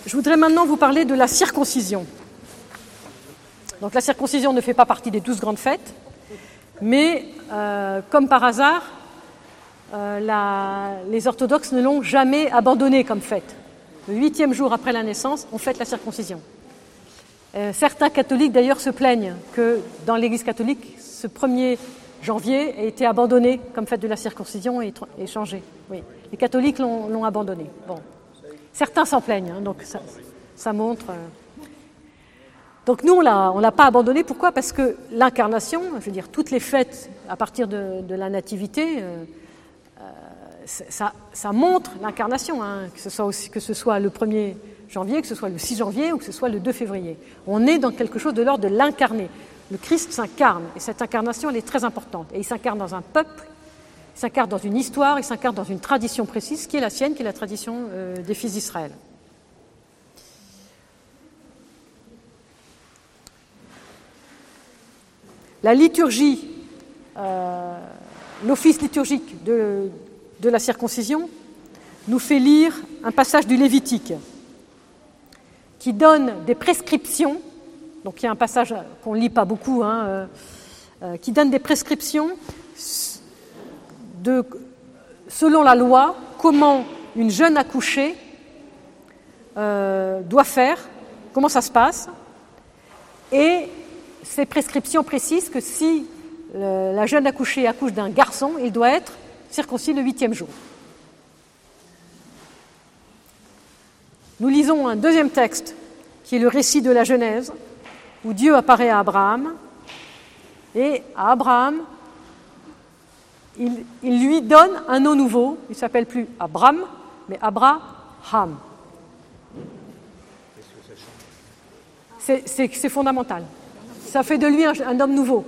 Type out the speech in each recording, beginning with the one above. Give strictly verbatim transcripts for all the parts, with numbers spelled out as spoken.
Je voudrais maintenant vous parler de la circoncision. Donc la circoncision ne fait pas partie des douze grandes fêtes, mais euh, comme par hasard, euh, la, les orthodoxes ne l'ont jamais abandonnée comme fête. Le huitième jour après la naissance, on fête la circoncision. Euh, certains catholiques d'ailleurs se plaignent que dans l'Église catholique, ce premier janvier a été abandonné comme fête de la circoncision et, et changé. Oui. Les catholiques l'ont, l'ont abandonné. Bon. Certains s'en plaignent, hein, donc ça, ça montre... Euh... Donc nous, on l'a, on l'a pas abandonné. Pourquoi ? Parce que l'incarnation, je veux dire, toutes les fêtes à partir de, de la nativité, euh, euh, ça, ça montre l'incarnation, hein, que ce soit aussi, que ce soit le premier janvier, que ce soit le six janvier ou que ce soit le deux février. On est dans quelque chose de l'ordre de l'incarné. Le Christ s'incarne, et cette incarnation, elle est très importante. Et il s'incarne dans un peuple, il s'incarne dans une histoire, il s'incarne dans une tradition précise, qui est la sienne, qui est la tradition euh, des fils d'Israël. La liturgie, euh, l'office liturgique de, de la circoncision nous fait lire un passage du Lévitique qui donne des prescriptions. Donc il y a un passage qu'on ne lit pas beaucoup, hein, euh, euh, qui donne des prescriptions de, selon la loi, comment une jeune accouchée euh, doit faire, comment ça se passe, et ces prescriptions précisent que si le, la jeune accouchée accouche d'un garçon, il doit être circoncis le huitième jour. Nous lisons un deuxième texte, qui est le récit de la Genèse, où Dieu apparaît à Abraham, et à Abraham, il, il lui donne un nom nouveau. Il ne s'appelle plus Abram, mais Abraham. C'est, c'est, c'est fondamental. Ça fait de lui un, un homme nouveau.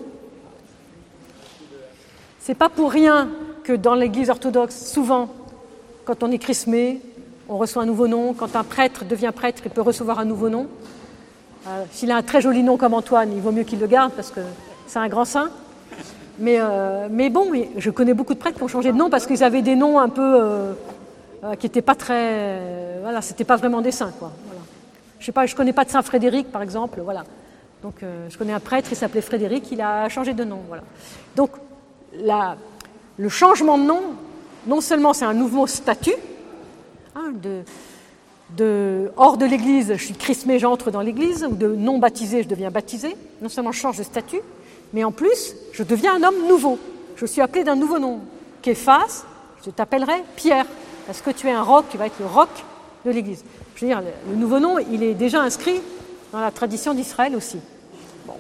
C'est pas pour rien que dans l'Église orthodoxe, souvent, quand on est chrismé, on reçoit un nouveau nom. Quand un prêtre devient prêtre, il peut recevoir un nouveau nom. Euh, s'il a un très joli nom comme Antoine, il vaut mieux qu'il le garde parce que c'est un grand saint. Mais, euh, mais bon, je connais beaucoup de prêtres qui ont changé de nom parce qu'ils avaient des noms un peu euh, euh, qui n'étaient pas très, euh, voilà, c'était pas vraiment des saints, quoi. Voilà. Je sais pas, je connais pas de Saint Frédéric, par exemple, voilà. Donc, euh, je connais un prêtre, il s'appelait Frédéric, il a changé de nom, voilà. Donc, la, le changement de nom, non seulement c'est un nouveau statut, hein, de De, hors de l'Église, je suis chrismé, j'entre dans l'Église, ou de non baptisé, je deviens baptisé. Non seulement je change de statut, mais en plus, je deviens un homme nouveau. Je suis appelé d'un nouveau nom. Képhas, je t'appellerai Pierre, parce que tu es un roc, tu vas être le roc de l'Église. Je veux dire, le nouveau nom, il est déjà inscrit dans la tradition d'Israël aussi. Bon.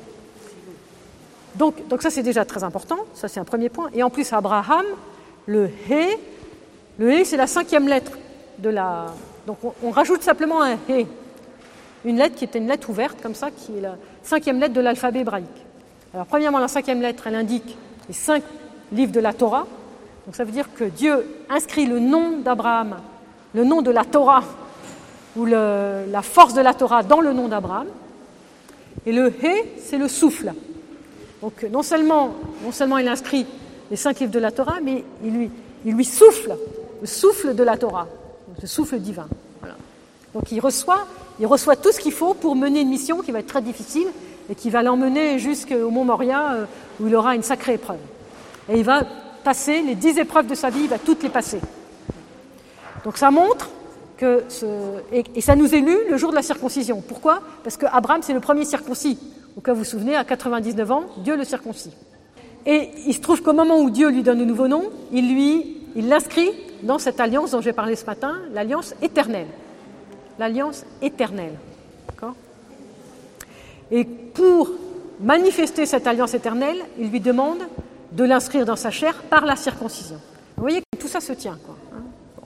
Donc, donc ça, c'est déjà très important. Ça, c'est un premier point. Et en plus, Abraham, le Hé, le Hé, c'est la cinquième lettre de la... Donc on, on rajoute simplement un « hé », une lettre qui était une lettre ouverte, comme ça, qui est la cinquième lettre de l'alphabet hébraïque. Alors premièrement, la cinquième lettre, elle indique les cinq livres de la Torah. Donc ça veut dire que Dieu inscrit le nom d'Abraham, le nom de la Torah, ou le, la force de la Torah dans le nom d'Abraham. Et le « hé », c'est le souffle. Donc non seulement, non seulement il inscrit les cinq livres de la Torah, mais il lui, il lui souffle, le souffle de la Torah. Le souffle divin. Voilà. Donc il reçoit, il reçoit tout ce qu'il faut pour mener une mission qui va être très difficile et qui va l'emmener jusqu'au Mont Moria euh, où il aura une sacrée épreuve. Et il va passer les dix épreuves de sa vie, il va toutes les passer. Donc ça montre que... Ce, et, et ça nous est lu le jour de la circoncision. Pourquoi ? Parce que Abraham, c'est le premier circoncis. Au cas où vous vous souvenez, à quatre-vingt-dix-neuf ans, Dieu le circoncis. Et il se trouve qu'au moment où Dieu lui donne un nouveau nom, il lui, il l'inscrit dans cette alliance dont j'ai parlé ce matin, l'alliance éternelle. L'alliance éternelle. D'accord ? Et pour manifester cette alliance éternelle, il lui demande de l'inscrire dans sa chair par la circoncision. Vous voyez que tout ça se tient, quoi. Hein ? Bon.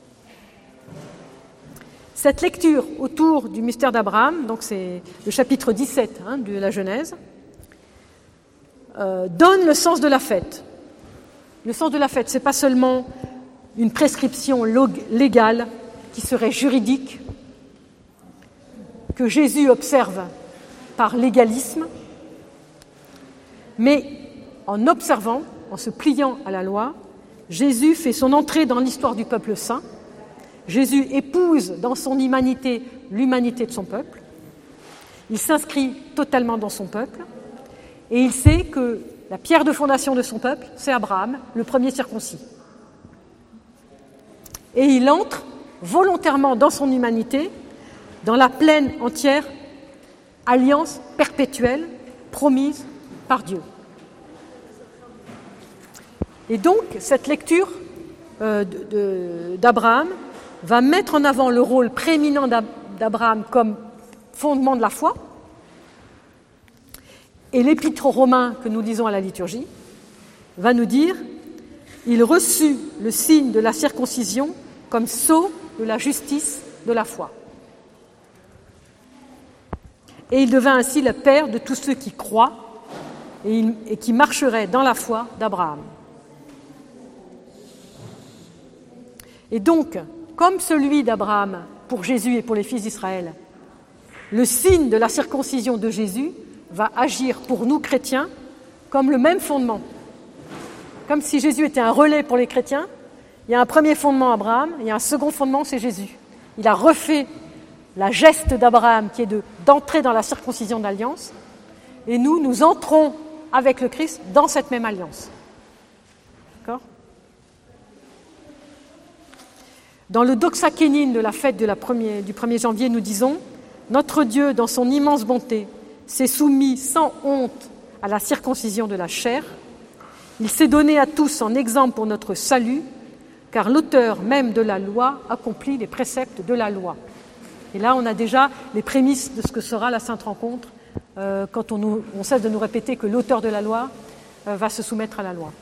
Cette lecture autour du mystère d'Abraham, donc c'est le chapitre dix-sept hein, de la Genèse, euh, donne le sens de la fête. Le sens de la fête, c'est pas seulement une prescription légale qui serait juridique, que Jésus observe par légalisme, mais en observant, en se pliant à la loi, Jésus fait son entrée dans l'histoire du peuple saint Jésus épouse dans son humanité l'humanité de son peuple. Il s'inscrit totalement dans son peuple. Et il sait que la pierre de fondation de son peuple, c'est Abraham, le premier circoncis. Et il entre volontairement dans son humanité, dans la pleine, entière alliance perpétuelle promise par Dieu. Et donc, cette lecture euh, de, de, d'Abraham va mettre en avant le rôle prééminent d'Abraham comme fondement de la foi. Et l'épître aux Romains que nous lisons à la liturgie va nous dire « Il reçut le signe de la circoncision comme sceau de la justice de la foi. Et il devint ainsi le père de tous ceux qui croient et, il, et qui marcheraient dans la foi d'Abraham. » Et donc, comme celui d'Abraham pour Jésus et pour les fils d'Israël, le signe de la circoncision de Jésus va agir pour nous chrétiens comme le même fondement. Comme si Jésus était un relais pour les chrétiens, il y a un premier fondement Abraham, il y a un second fondement, c'est Jésus. Il a refait la geste d'Abraham qui est de, d'entrer dans la circoncision d'alliance, et nous, nous entrons avec le Christ dans cette même alliance. D'accord ? Dans le Doxa Kénine de la fête de la premier, du premier janvier, nous disons « Notre Dieu, dans son immense bonté, s'est soumis sans honte à la circoncision de la chair. Il s'est donné à tous en exemple pour notre salut, car l'auteur même de la loi accomplit les préceptes de la loi. » Et là, on a déjà les prémices de ce que sera la Sainte Rencontre, euh, quand on, nous, on cesse de nous répéter que l'auteur de la loi euh, va se soumettre à la loi.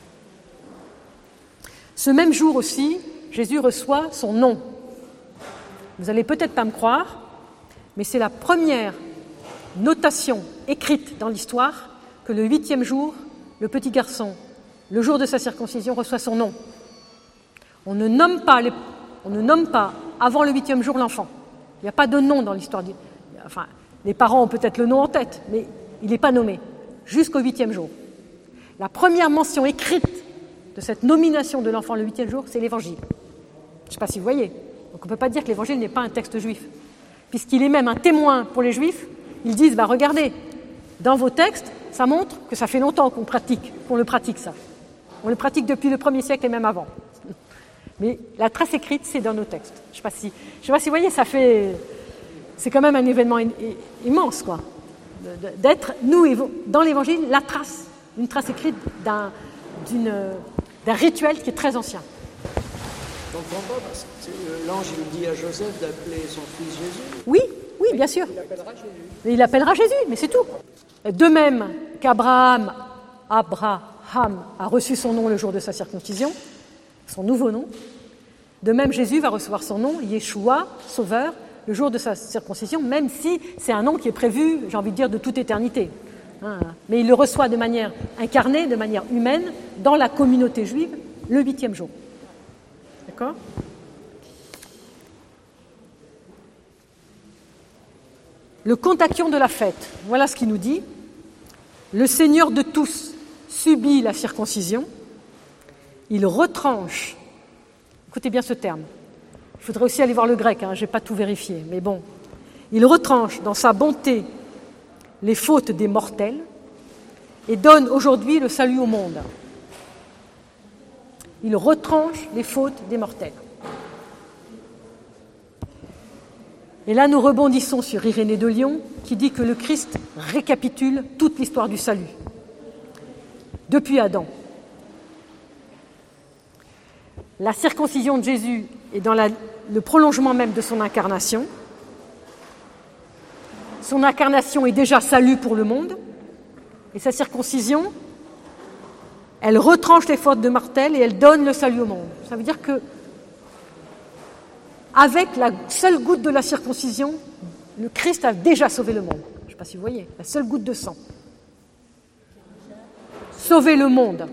Ce même jour aussi, Jésus reçoit son nom. Vous n'allez peut-être pas me croire, mais c'est la première notation écrite dans l'histoire que le huitième jour, le petit garçon, le jour de sa circoncision, reçoit son nom. On ne nomme pas, les, on ne nomme pas avant le huitième jour l'enfant. Il n'y a pas de nom dans l'histoire. Enfin, les parents ont peut-être le nom en tête, mais il n'est pas nommé jusqu'au huitième jour. La première mention écrite de cette nomination de l'enfant le huitième jour, c'est l'Évangile. Je ne sais pas si vous voyez. Donc on ne peut pas dire que l'Évangile n'est pas un texte juif, puisqu'il est même un témoin pour les Juifs. Ils disent, bah regardez, dans vos textes, ça montre que ça fait longtemps qu'on pratique, qu'on le pratique ça. On le pratique depuis le premier siècle et même avant. Mais la trace écrite, c'est dans nos textes. Je ne sais pas si, je sais pas si vous voyez, ça fait, c'est quand même un événement immense, quoi, d'être nous dans l'Évangile la trace, une trace écrite d'un, d'une, d'un rituel qui est très ancien. Je ne comprends pas, parce que l'ange il dit à Joseph d'appeler son fils Jésus. Oui, oui, bien sûr. Il appellera Jésus. Mais il appellera Jésus, mais c'est tout. De même qu'Abraham, Abraham a reçu son nom le jour de sa circoncision, son nouveau nom, de même Jésus va recevoir son nom, Yeshua, Sauveur, le jour de sa circoncision, même si c'est un nom qui est prévu, j'ai envie de dire, de toute éternité. Hein, mais il le reçoit de manière incarnée, de manière humaine, dans la communauté juive, le huitième jour. D'accord ? Le contaction de la fête, voilà ce qu'il nous dit. Le Seigneur de tous subit la circoncision, il retranche, écoutez bien ce terme, il faudrait aussi aller voir le grec, hein, je n'ai pas tout vérifié, mais bon, il retranche dans sa bonté les fautes des mortels et donne aujourd'hui le salut au monde. Il retranche les fautes des mortels. Et là, nous rebondissons sur Irénée de Lyon, qui dit que le Christ récapitule toute l'histoire du salut, depuis Adam. La circoncision de Jésus est dans la, le prolongement même de son incarnation. Son incarnation est déjà salut pour le monde, et sa circoncision, elle retranche les fautes de mortels et elle donne le salut au monde. Ça veut dire que avec la seule goutte de la circoncision, le Christ a déjà sauvé le monde. Je ne sais pas si vous voyez, la seule goutte de sang. Sauver le monde.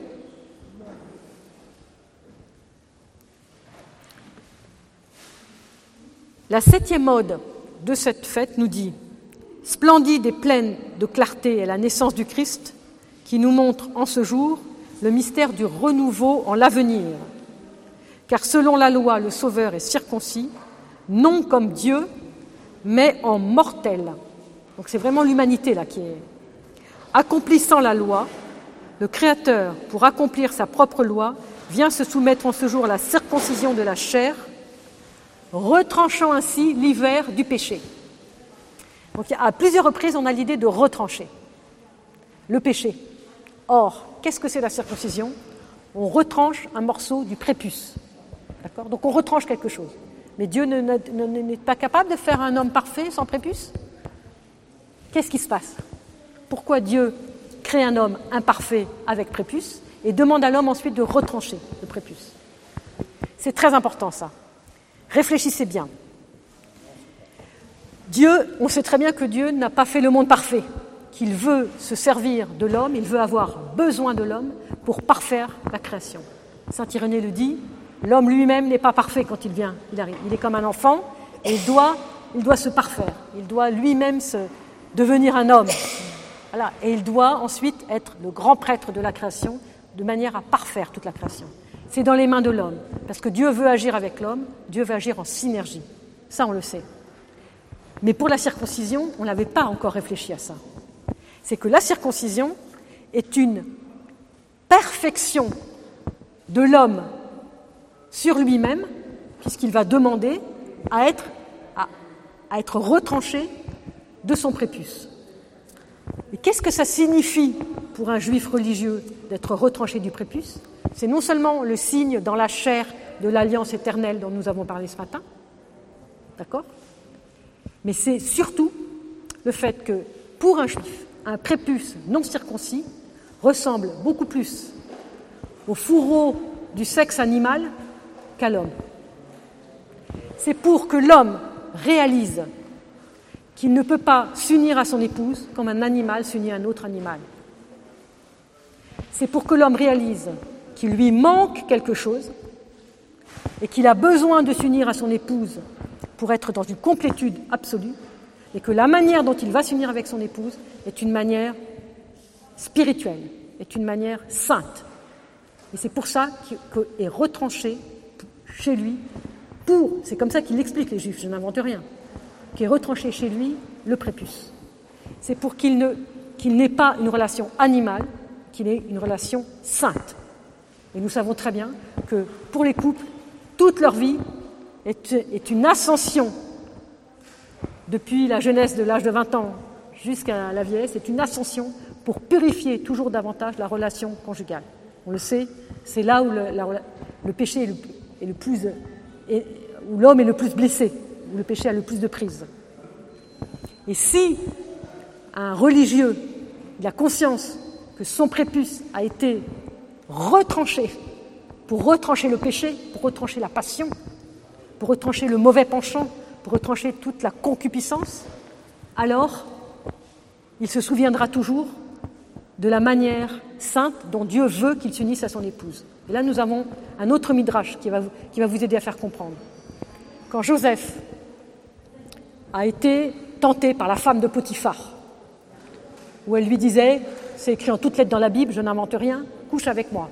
La septième ode de cette fête nous dit « Splendide et pleine de clarté est la naissance du Christ qui nous montre en ce jour le mystère du renouveau en l'avenir. Car selon la loi, le Sauveur est circoncis, non comme Dieu, mais en mortel. Donc c'est vraiment l'humanité là qui est... Accomplissant la loi, le Créateur, pour accomplir sa propre loi, vient se soumettre en ce jour à la circoncision de la chair, retranchant ainsi l'hiver du péché. Donc à plusieurs reprises, on a l'idée de retrancher le péché. Or, qu'est-ce que c'est la circoncision? On retranche un morceau du prépuce. D'accord? Donc on retranche quelque chose. Mais Dieu ne, ne, ne, n'est pas capable de faire un homme parfait sans prépuce? Qu'est-ce qui se passe? Pourquoi Dieu crée un homme imparfait avec prépuce et demande à l'homme ensuite de retrancher le prépuce? C'est très important ça. Réfléchissez bien. Dieu, on sait très bien que Dieu n'a pas fait le monde parfait, qu'il veut se servir de l'homme, il veut avoir besoin de l'homme pour parfaire la création. Saint Irénée le dit, l'homme lui-même n'est pas parfait quand il vient, il arrive. Il est comme un enfant et il doit, il doit se parfaire, il doit lui-même se devenir un homme. Voilà. Et il doit ensuite être le grand prêtre de la création, de manière à parfaire toute la création. C'est dans les mains de l'homme, parce que Dieu veut agir avec l'homme, Dieu veut agir en synergie. Ça, on le sait. Mais pour la circoncision, on n'avait pas encore réfléchi à ça. C'est que la circoncision est une perfection de l'homme sur lui-même, puisqu'il va demander à être, à, à être retranché de son prépuce. Et qu'est-ce que ça signifie pour un juif religieux d'être retranché du prépuce? C'est non seulement le signe dans la chair de l'alliance éternelle dont nous avons parlé ce matin, d'accord? Mais c'est surtout le fait que, pour un juif, un prépuce non circoncis ressemble beaucoup plus au fourreau du sexe animal qu'à l'homme. C'est pour que l'homme réalise qu'il ne peut pas s'unir à son épouse comme un animal s'unit à un autre animal. C'est pour que l'homme réalise qu'il lui manque quelque chose et qu'il a besoin de s'unir à son épouse pour être dans une complétude absolue, et que la manière dont il va s'unir avec son épouse est une manière spirituelle, est une manière sainte. Et c'est pour ça qu'est retranché chez lui, pour, c'est comme ça qu'il l'explique les Juifs, je n'invente rien, qu'est retranché chez lui le prépuce. C'est pour qu'il ne, qu'il n'ait pas une relation animale, qu'il ait une relation sainte. Et nous savons très bien que pour les couples, toute leur vie est, est une ascension depuis la jeunesse de l'âge de vingt ans jusqu'à la vieillesse, c'est une ascension pour purifier toujours davantage la relation conjugale. On le sait, c'est là où le, la, le péché est le, est le plus, est, où l'homme est le plus blessé, où le péché a le plus de prise. Et si un religieux il a conscience que son prépuce a été retranché pour retrancher le péché, pour retrancher la passion, pour retrancher le mauvais penchant, pour retrancher toute la concupiscence, alors il se souviendra toujours de la manière sainte dont Dieu veut qu'il s'unisse à son épouse. Et là, nous avons un autre midrash qui va, qui va vous aider à faire comprendre. Quand Joseph a été tenté par la femme de Potiphar, où elle lui disait, c'est écrit en toutes lettres dans la Bible, je n'invente rien, couche avec moi.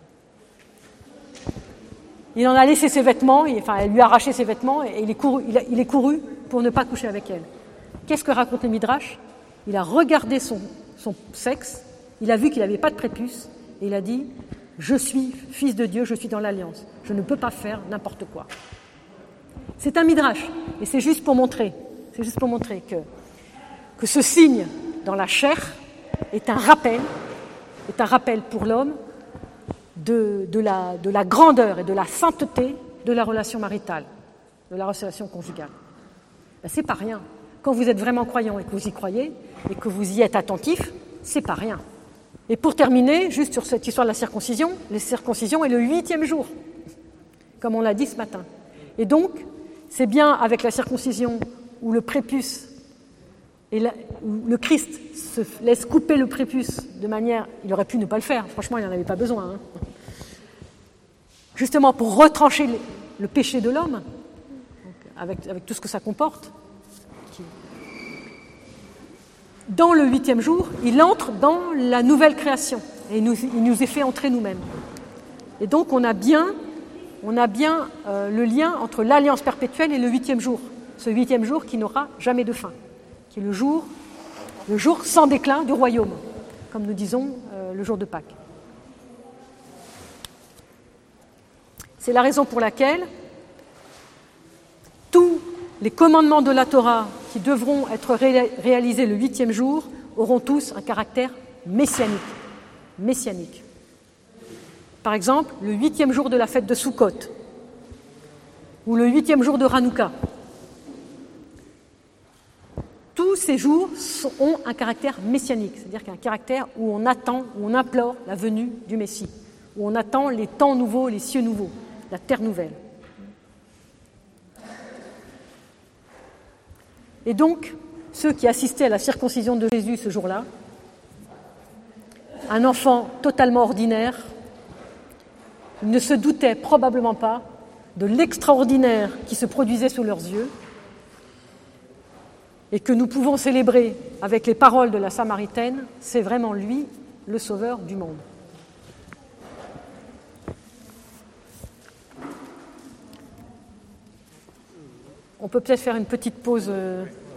Il en a laissé ses vêtements, il, enfin elle lui a arraché ses vêtements et il est, couru, il, a, il est couru pour ne pas coucher avec elle. Qu'est-ce que raconte le Midrash? Il a regardé son, son sexe, il a vu qu'il n'avait pas de prépuce et il a dit « Je suis fils de Dieu, je suis dans l'alliance, je ne peux pas faire n'importe quoi ». C'est un Midrash et c'est juste pour montrer, c'est juste pour montrer que, que ce signe dans la chair est un rappel, est un rappel pour l'homme De, de, la, de la grandeur et de la sainteté de la relation maritale, de la relation conjugale. Ben, c'est pas rien. Quand vous êtes vraiment croyant et que vous y croyez, et que vous y êtes attentif, c'est pas rien. Et pour terminer, juste sur cette histoire de la circoncision, la circoncision est le huitième jour, comme on l'a dit ce matin. Et donc, c'est bien avec la circoncision où le prépuce, et la, où le Christ se laisse couper le prépuce de manière... Il aurait pu ne pas le faire, franchement, il n'en avait pas besoin. Hein. Justement, pour retrancher le, le péché de l'homme, donc avec, avec tout ce que ça comporte. Qui... Dans le huitième jour, il entre dans la nouvelle création, et il nous, il nous est fait entrer nous-mêmes. Et donc, on a bien on a bien euh, le lien entre l'alliance perpétuelle et le huitième jour, ce huitième jour qui n'aura jamais de fin, qui est le jour, le jour sans déclin du royaume, comme nous disons euh, le jour de Pâques. C'est la raison pour laquelle tous les commandements de la Torah qui devront être ré- réalisés le huitième jour auront tous un caractère messianique. messianique. Par exemple, le huitième jour de la fête de Sukkot ou le huitième jour de Hanouka. Tous ces jours ont un caractère messianique, c'est-à-dire qu'un caractère où on attend, où on implore la venue du Messie, où on attend les temps nouveaux, les cieux nouveaux, la terre nouvelle. Et donc, ceux qui assistaient à la circoncision de Jésus ce jour-là, un enfant totalement ordinaire, ne se doutaient probablement pas de l'extraordinaire qui se produisait sous leurs yeux et que nous pouvons célébrer avec les paroles de la Samaritaine, c'est vraiment lui, le sauveur du monde. On peut peut-être faire une petite pause.